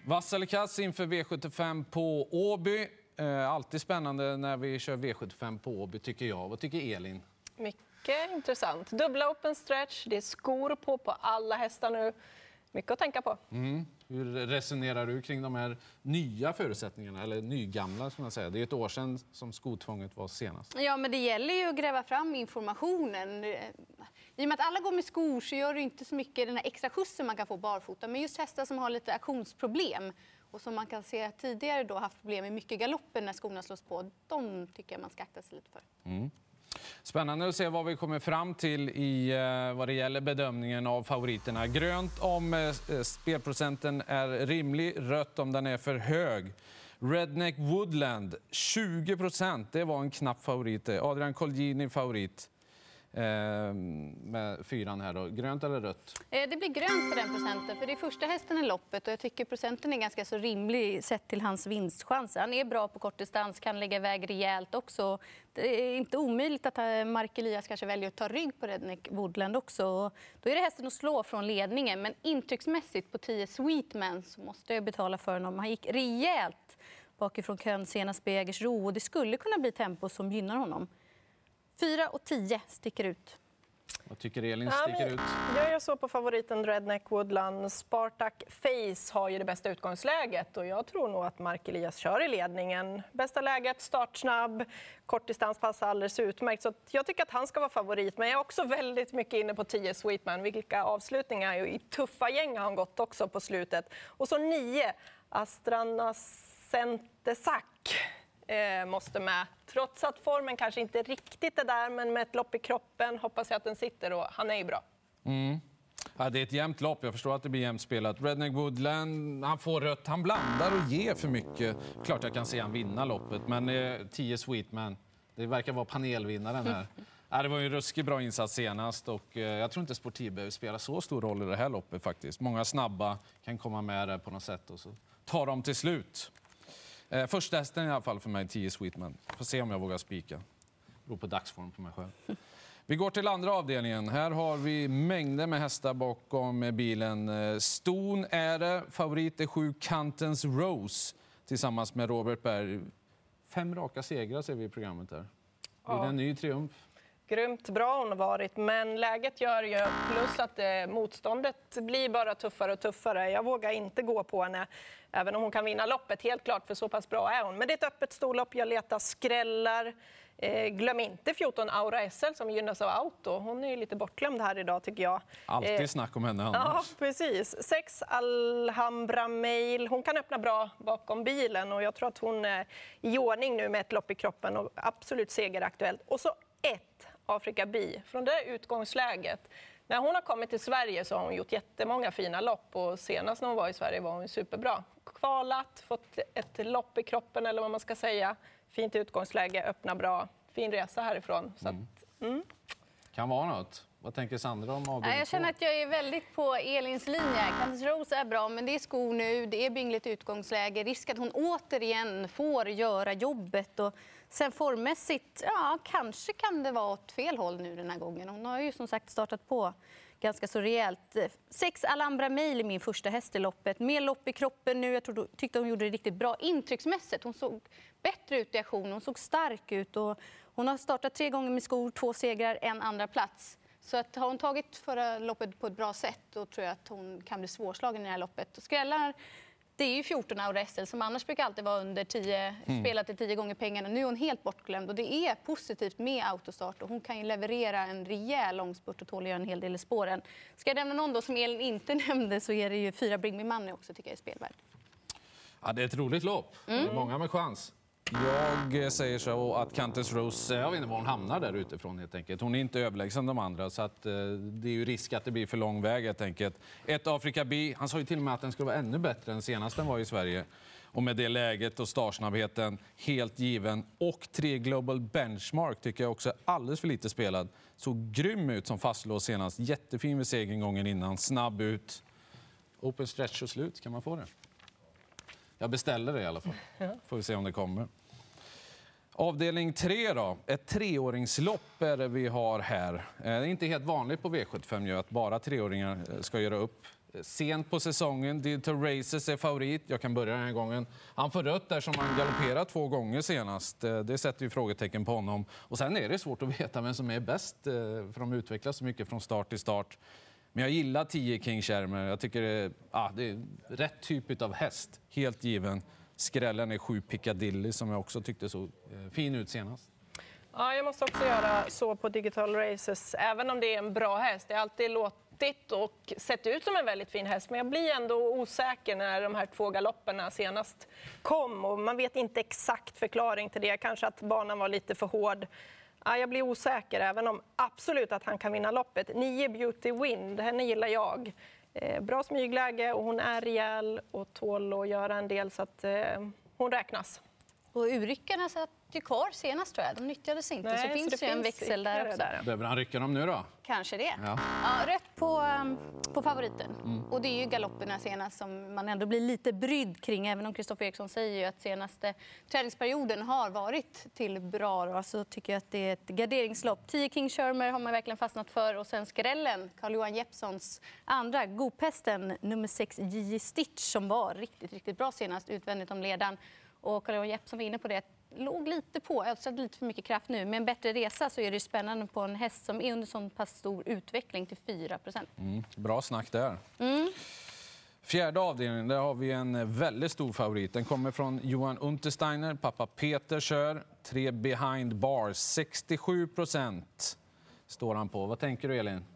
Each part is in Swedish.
Vass eller kass inför V75 på Åby. Alltid spännande när vi kör V75 på Åby, tycker jag. Vad tycker Elin? Mycket intressant. Dubbla open stretch, det är skor på alla hästar nu. Mycket att tänka på. Hur resonerar du kring de här nya förutsättningarna, eller nygamla som jag säger? Det är ett år sedan som skotvånget var senast. Ja, men det gäller ju att gräva fram informationen. I och med att alla går med skor så gör det inte så mycket den här extra skjutsen man kan få barfota. Men just hästar som har lite aktionsproblem och som man kan se tidigare då haft problem med mycket galopper när skorna slås på, de tycker jag man ska akta sig lite för. Spännande att se vad vi kommer fram till i vad det gäller bedömningen av favoriterna. Grönt om spelprocenten är rimlig, rött om den är för hög. Redneck Woodland 20%, det var en knapp favorit. Adrian Colgjini favorit med 4 här då. Grönt eller rött? Det blir grönt på den procenten, för det är första hästen i loppet och jag tycker procenten är ganska så rimlig sett till hans vinstchanser. Han är bra på kort distans, kan lägga iväg rejält också. Det är inte omöjligt att Mark Elias kanske väljer att ta rygg på Redneck Woodland också. Då är det hästen att slå från ledningen, men intrycksmässigt på 10 Sweetman så måste jag betala för honom. Han gick rejält bakifrån kön senast på Jägersro och det skulle kunna bli tempo som gynnar honom. 4 och 10 sticker ut. Vad tycker Elin sticker ut? Jag är så på favoriten Redneck Woodland. Spartak Face har ju det bästa utgångsläget och jag tror nog att Mark Elias kör i ledningen. Bästa läget, startsnabb, kortdistans passar alldeles utmärkt. Så jag tycker att han ska vara favorit, men jag är också väldigt mycket inne på 10 Sweetman. Vilka avslutningar, i tuffa gäng har han gått också på slutet. Och så 9 Astranacentesac måste med. Trots att formen kanske inte riktigt är där, men med ett lopp i kroppen hoppas jag att den sitter och han är ju bra. Ja, det är ett jämnt lopp. Jag förstår att det blir jämnt spelat. Redneck Woodland, han får rött. Han blandar och ger för mycket. Klart jag kan se han vinna loppet, men 10 Sweetman, det verkar vara panelvinnaren här. Ja, det var ju en ruskigt bra insats senast och jag tror inte Sportiv behöver spela så stor roll i det här loppet faktiskt. Många snabba kan komma med där på något sätt och så tar de till slut. Första hästen i alla fall för mig, 10 Sweetman. Får se om jag vågar spika. Det beror på dagsform på mig själv. Vi går till andra avdelningen. Här har vi mängder med hästar bakom bilen. Ston är det. Favorit är 7 Cantons Rose tillsammans med Robert Berg. 5 raka segrar ser vi i programmet här. Blir det en ny triumf? Grymt bra hon har varit, men läget gör ju plus att motståndet blir bara tuffare och tuffare. Jag vågar inte gå på henne, även om hon kan vinna loppet, helt klart, för så pass bra är hon. Men det är ett öppet storlopp, jag letar skrällar. Glöm inte 14 Aura SL som gynnas av Auto. Hon är ju lite bortglömd här idag tycker jag. Alltid snack om henne annars. Ja, precis. 6 Alhambra Mail. Hon kan öppna bra bakom bilen och jag tror att hon är i ordning nu med ett lopp i kroppen och absolut segeraktuellt. Och så 1 Africa Bi. Från det utgångsläget. När hon har kommit till Sverige så har hon gjort jättemånga fina lopp och senast när hon var i Sverige var hon superbra. Kvalat, fått ett lopp i kroppen eller vad man ska säga. Fint utgångsläge, öppna bra. Fin resa härifrån. Så att, Kan vara något. Vad tänker Sandra om avdelning 2? Jag känner att jag är väldigt på Elins linje. Candice Rose är bra, men det är skor nu. Det är bingligt utgångsläge. Risk att hon återigen får göra jobbet. Och sen formmässigt, ja, kanske kan det vara åt fel håll nu den här gången. Hon har ju som sagt startat på ganska så rejält. 6 Alhambra Mail i min första häst i loppet. Mer lopp i kroppen nu. Jag tyckte hon gjorde det riktigt bra intrycksmässigt. Hon såg bättre ut i aktion. Hon såg stark ut. Och hon har startat 3 gånger med skor, 2 segrar, 1 andra plats. Så att har hon tagit förra loppet på ett bra sätt, då tror jag att hon kan bli svårslagen i det här loppet. Och skrällar, det är ju 14 Aura SL som annars brukar alltid vara under 10, spelat till 10 gånger pengarna. Nu är hon helt bortglömd och det är positivt med autostart och hon kan ju leverera en rejäl långspurt och tål göra en hel del i spåren. Ska jag nämna någon då som Elin inte nämnde så är det ju 4 Bring Me Money också tycker jag är spelvärd. Ja, det är ett roligt lopp. Det är många med chans. Jag säger så att Candice Rose, jag vet inte var hon hamnar där utifrån helt enkelt. Hon är inte överlägsen de andra så att det är ju risk att det blir för lång väg helt enkelt. 1 Africa Bi, han sa ju till och med att den skulle vara ännu bättre än senast den var i Sverige. Och med det läget och startsnabbheten helt given. Och 3 Global Benchmark tycker jag också är alldeles för lite spelad. Så grym ut som fastlås senast. Jättefin vid segern gången innan. Snabb ut. Open stretch och slut, kan man få det? Jag beställer det i alla fall. Får vi se om det kommer. Avdelning 3 då. Ett 3-åringslopp är det vi har här. Det är inte helt vanligt på V75 att bara 3-åringar ska göra upp Sent på säsongen, Digital Races är favorit. Jag kan börja den här gången. Han får rött där som han galopperar 2 gånger senast. Det sätter ju frågetecken på honom. Och sen är det svårt att veta vem som är bäst, för de utvecklas så mycket från start till start. Men jag gillar 10 King Shermer. Jag tycker det är rätt typ av häst, helt given. Skrällen är 7 Piccadilly som jag också tyckte så fin ut senast. Ja, jag måste också göra så på Digital Races, även om det är en bra häst. Det är alltid låtit och sett ut som en väldigt fin häst, men jag blir ändå osäker när de här 2 galopperna senast kom. Och man vet inte exakt förklaring till det, kanske att banan var lite för hård. Ja, jag blir osäker, även om absolut att han kan vinna loppet. 9 Beauty Wind, henne gillar jag. Bra smygläge och hon är rejäl och tål att göra en del, så att hon räknas. Och urryckarna satt ju kvar senast, tror jag. De nyttjades inte. Nej, så finns ju en växel där också. Behöver han rycka dem nu då? Kanske det. Ja. Ja, rätt på favoriten. Och det är ju galopperna senast som man ändå blir lite brydd kring. Även om Kristoffer Eriksson säger ju att senaste träningsperioden har varit till bra. Då. Så tycker jag att det är ett garderingslopp. 10 King Shermer har man verkligen fastnat för. Och sen skrällen, Carl-Johan Jeppssons andra, Godpesten, nummer 6, J.J. Stitch, som var riktigt, riktigt bra senast utvändigt om ledan. Och Carl-Johan Jeppsson var inne på det. Låg lite på, jag har lite för mycket kraft nu. Med en bättre resa så är det spännande på en häst som är under sån pass stor utveckling till 4%. Bra snack där. Fjärde avdelningen, där har vi en väldigt stor favorit. Den kommer från Johan Untersteiner, pappa Peter kör. 3 Behind Bars, 67% står han på. Vad tänker du, Elin?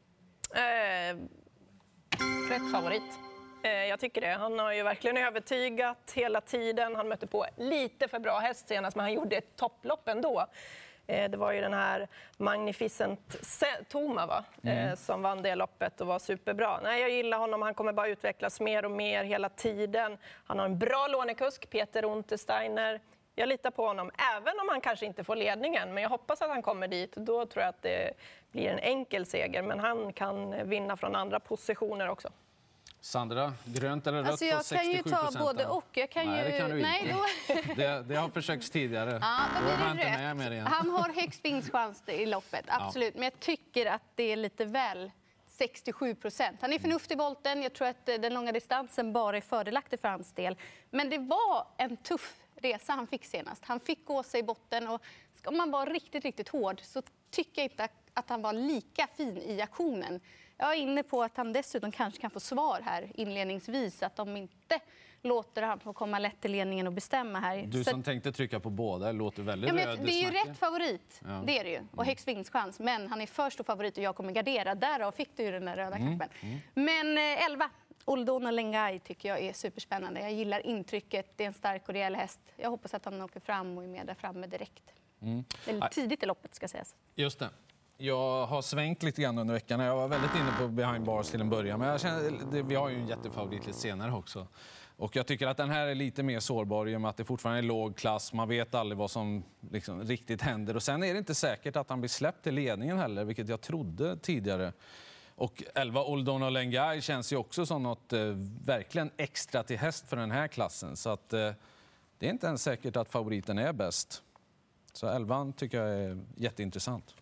Rätt favorit. Jag tycker det. Han har ju verkligen övertygat hela tiden. Han mötte på lite för bra häst senast, men han gjorde ett topplopp ändå. Det var ju den här Magnificent Toma som vann det loppet och var superbra. Nej, jag gillar honom. Han kommer bara utvecklas mer och mer hela tiden. Han har en bra lånekusk, Peter Untersteiner. Jag litar på honom, även om han kanske inte får ledningen. Men jag hoppas att han kommer dit. Då tror jag att det blir en enkel seger. Men han kan vinna från andra positioner också. Sandra, grönt eller rött Alltså jag på 67%? kan ju ta både och. Jag kan Nej, ju... det kan du Nej, inte. Det har försökts tidigare. Ja, då blir var det inte med rött. mer igen. Han har högst vinstchans i loppet, absolut. Men jag tycker att det är lite väl 67%. Han är förnuftig i volten. Jag tror att den långa distansen bara är fördelaktig för hans del. Men det var en tuff resa han fick senast. Han fick gå sig i botten. Och ska man vara riktigt, riktigt hård så tycker jag inte att han var lika fin i aktionen. Jag är inne på att han dessutom kanske kan få svar här inledningsvis. Att de inte låter han få komma lätt till ledningen och bestämma här. Du som tänkte trycka på båda, låter väldigt röd. Det är ju rätt favorit, det är det ju. Och högst vinstchans. Men han är för stor favorit och jag kommer gardera. Därav fick du ju den där röda knappen. Men 11, Oldona Lengai tycker jag är superspännande. Jag gillar intrycket, det är en stark och rejäl häst. Jag hoppas att han åker fram och är med där framme direkt. Eller tidigt i loppet ska sägas. Just det. Jag har svängt lite grann under veckan. Jag var väldigt inne på Behind Bars till en början. Men jag känner, vi har ju en jättefavorit lite senare också. Och jag tycker att den här är lite mer sårbar i och med att det fortfarande är låg klass. Man vet aldrig vad som liksom riktigt händer. Och sen är det inte säkert att han blir släppt till ledningen heller, vilket jag trodde tidigare. Och 11 Oldona Lengai känns ju också som något verkligen extra till häst för den här klassen. Så att det är inte ens säkert att favoriten är bäst. Så 11 tycker jag är jätteintressant.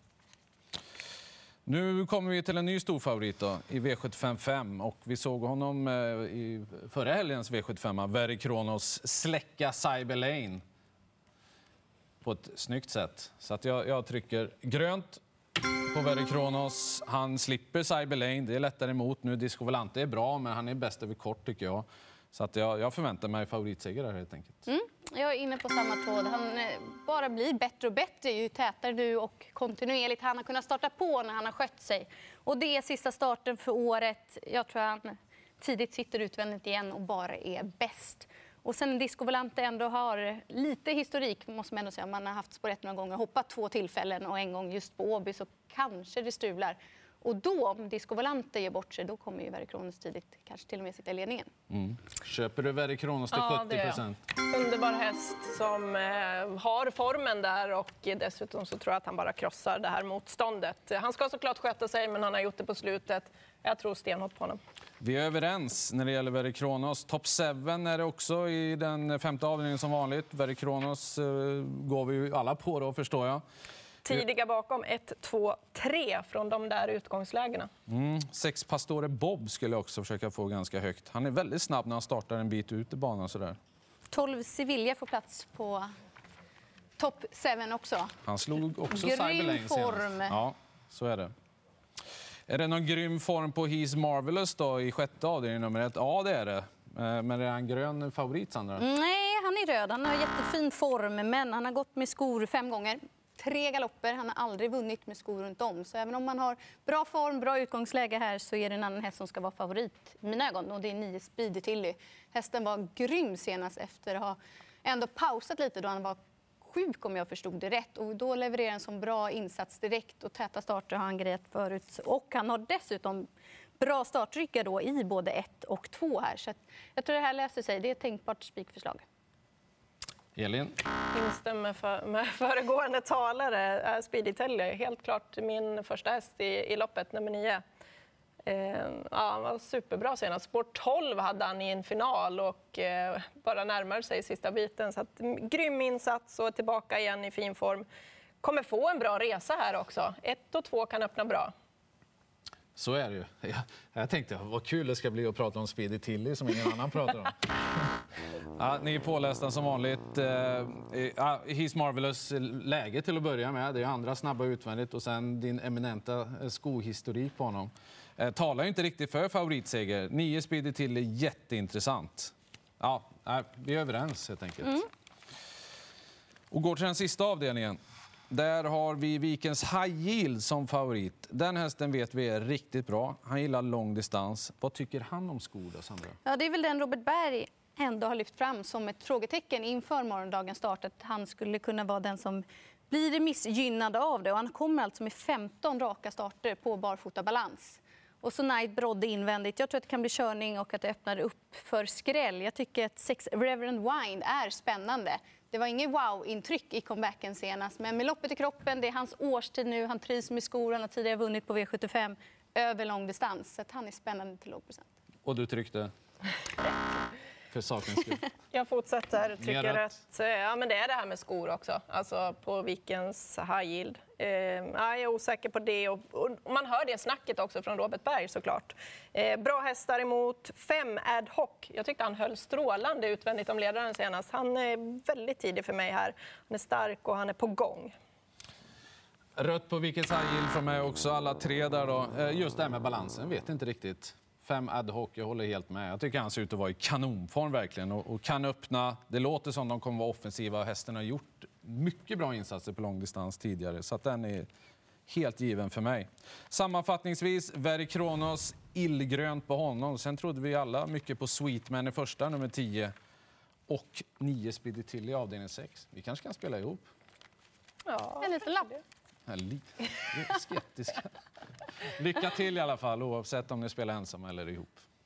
Nu kommer vi till en ny stor favorit då, i V75 och vi såg honom i förra helgens V75, Very Kronos släcka Cyber Lane på ett snyggt sätt. Så att jag trycker grönt på Very Kronos. Han slipper Cyber Lane, det är lättare emot nu. Disco Volante är bra, men han är bäst över kort tycker jag. Så att jag förväntar mig favoritseger där helt enkelt. Jag är inne på samma tråd. Han bara blir bättre och bättre ju tätare du och kontinuerligt han har kunnat starta på när han har skött sig. Och det är sista starten för året. Jag tror han tidigt sitter utvändigt igen och bara är bäst. Och sen Disco Volante ändå har lite historik, måste man ändå säga. Man har haft spår 1 några gånger, hoppat 2 tillfällen och en gång just på Åby så kanske det strular. Och då, om Disco Volante ger bort sig, då kommer ju Very Kronos tidigt kanske till och med sitta i ledningen. Köper du Very Kronos till 70%? Underbar häst som har formen där och dessutom så tror jag att han bara krossar det här motståndet. Han ska såklart sköta sig, men han har gjort det på slutet. Jag tror stenhårt på honom. Vi är överens när det gäller Very Kronos. Top 7 är det också i den 5:e avdelningen som vanligt. Very Kronos går vi ju alla på då, förstår jag. tidiga bakom. 1, 2, 3 från de där utgångslägena. 6 Pastore Bob skulle jag också försöka få ganska högt. Han är väldigt snabb när han startar en bit ut i banan sådär. 12 Sevilla får plats på topp 7 också. Han slog också Grym Cyberlane form. senast. Ja, så är det. Är det någon grym form på He's Marvelous då i 6:e avdelningen nummer 1? Ja, det är det. Men är han grön favorit, Sandra? Nej, han är röd. Han har jättefin form, men han har gått med skor 5 gånger. 3 galopper. Han har aldrig vunnit med skor runt om. Så även om man har bra form, bra utgångsläge här, så är det en annan häst som ska vara favorit i mina ögon. Och det är 9 Speedy Tilly. Hästen var grym senast efter att ha ändå pausat lite då han var sjuk, om jag förstod det rätt. Och då levererar en sån bra insats direkt, och täta starter har han grejat förut. Och han har dessutom bra startrycka då i både 1 och 2 här. Så jag tror det här löser sig. Det är ett tänkbart spikförslag. Elin? Instämmer med föregående talare. Speedy Tilly, helt klart min första häst i loppet, nummer 9. Han var superbra senast. Spår 12 hade han i en final och bara närmar sig sista biten. Så att, grym insats och tillbaka igen i fin form. Kommer få en bra resa här också. 1 och 2 kan öppna bra. Så är det ju. Jag tänkte, vad kul det ska bli att prata om Speedy Tilly som ingen annan pratar om. Ja, ni är pålästa som vanligt. He's Marvelous läge till att börja med. Det är andra snabba utvändigt och sen din eminenta skohistorik på honom. Talar ju inte riktigt för favoritseger. 9 Speedy Tilly, jätteintressant. Ja, vi är överens helt enkelt. Och går till den sista avdelningen. Där har vi Vikens High Yield som favorit. Den hästen vet vi är riktigt bra. Han gillar lång distans. Vad tycker han om skor då, Sandra? Ja, det är väl den Robert Berg ändå har lyft fram som ett frågetecken inför morgondagens start. Att han skulle kunna vara den som blir missgynnad av det. Och han kommer alltså med 15 raka starter på barfota balans. Och så Night Brodde invändigt. Jag tror att det kan bli körning och att det öppnar upp för skräll. Jag tycker att 6 Reverend Wine är spännande. Det var inget wow-intryck i comebacken senast. Men med loppet i kroppen, det är hans årstid nu. Han trivs med skor, han har tidigare vunnit på V75 över lång distans. Så att han är spännande till låg procent. Och du tryckte? För sakens skull. Jag fortsätter. Tycker att men det är det här med skor också. Alltså på Vikens High Yield. Jag är osäker på det. Och man hör det snacket också från Robert Berg såklart. Bra hästar emot. 5 Ad Hoc. Jag tyckte han höll strålande utvändigt om ledaren senast. Han är väldigt tidig för mig här. Han är stark och han är på gång. Rött på Vikens High Yield från mig också. Alla 3 där då. Just det här med balansen, vet inte riktigt. 5 Ad Hoc, jag håller helt med. Jag tycker han ser ut att vara i kanonform verkligen och kan öppna. Det låter som de kommer vara offensiva. Hästen har gjort mycket bra insatser på lång distans tidigare, så att den är helt given för mig. Sammanfattningsvis, Very Kronos, illgrönt på honom. Sen trodde vi alla mycket på Sweetman i första, nummer 10. Och 9 Speedy Tilly i avdelning 6. Vi kanske kan spela ihop. Ja, En liten lapp. Skeptiska. Lycka till i alla fall, oavsett om ni spelar ensamma eller ihop.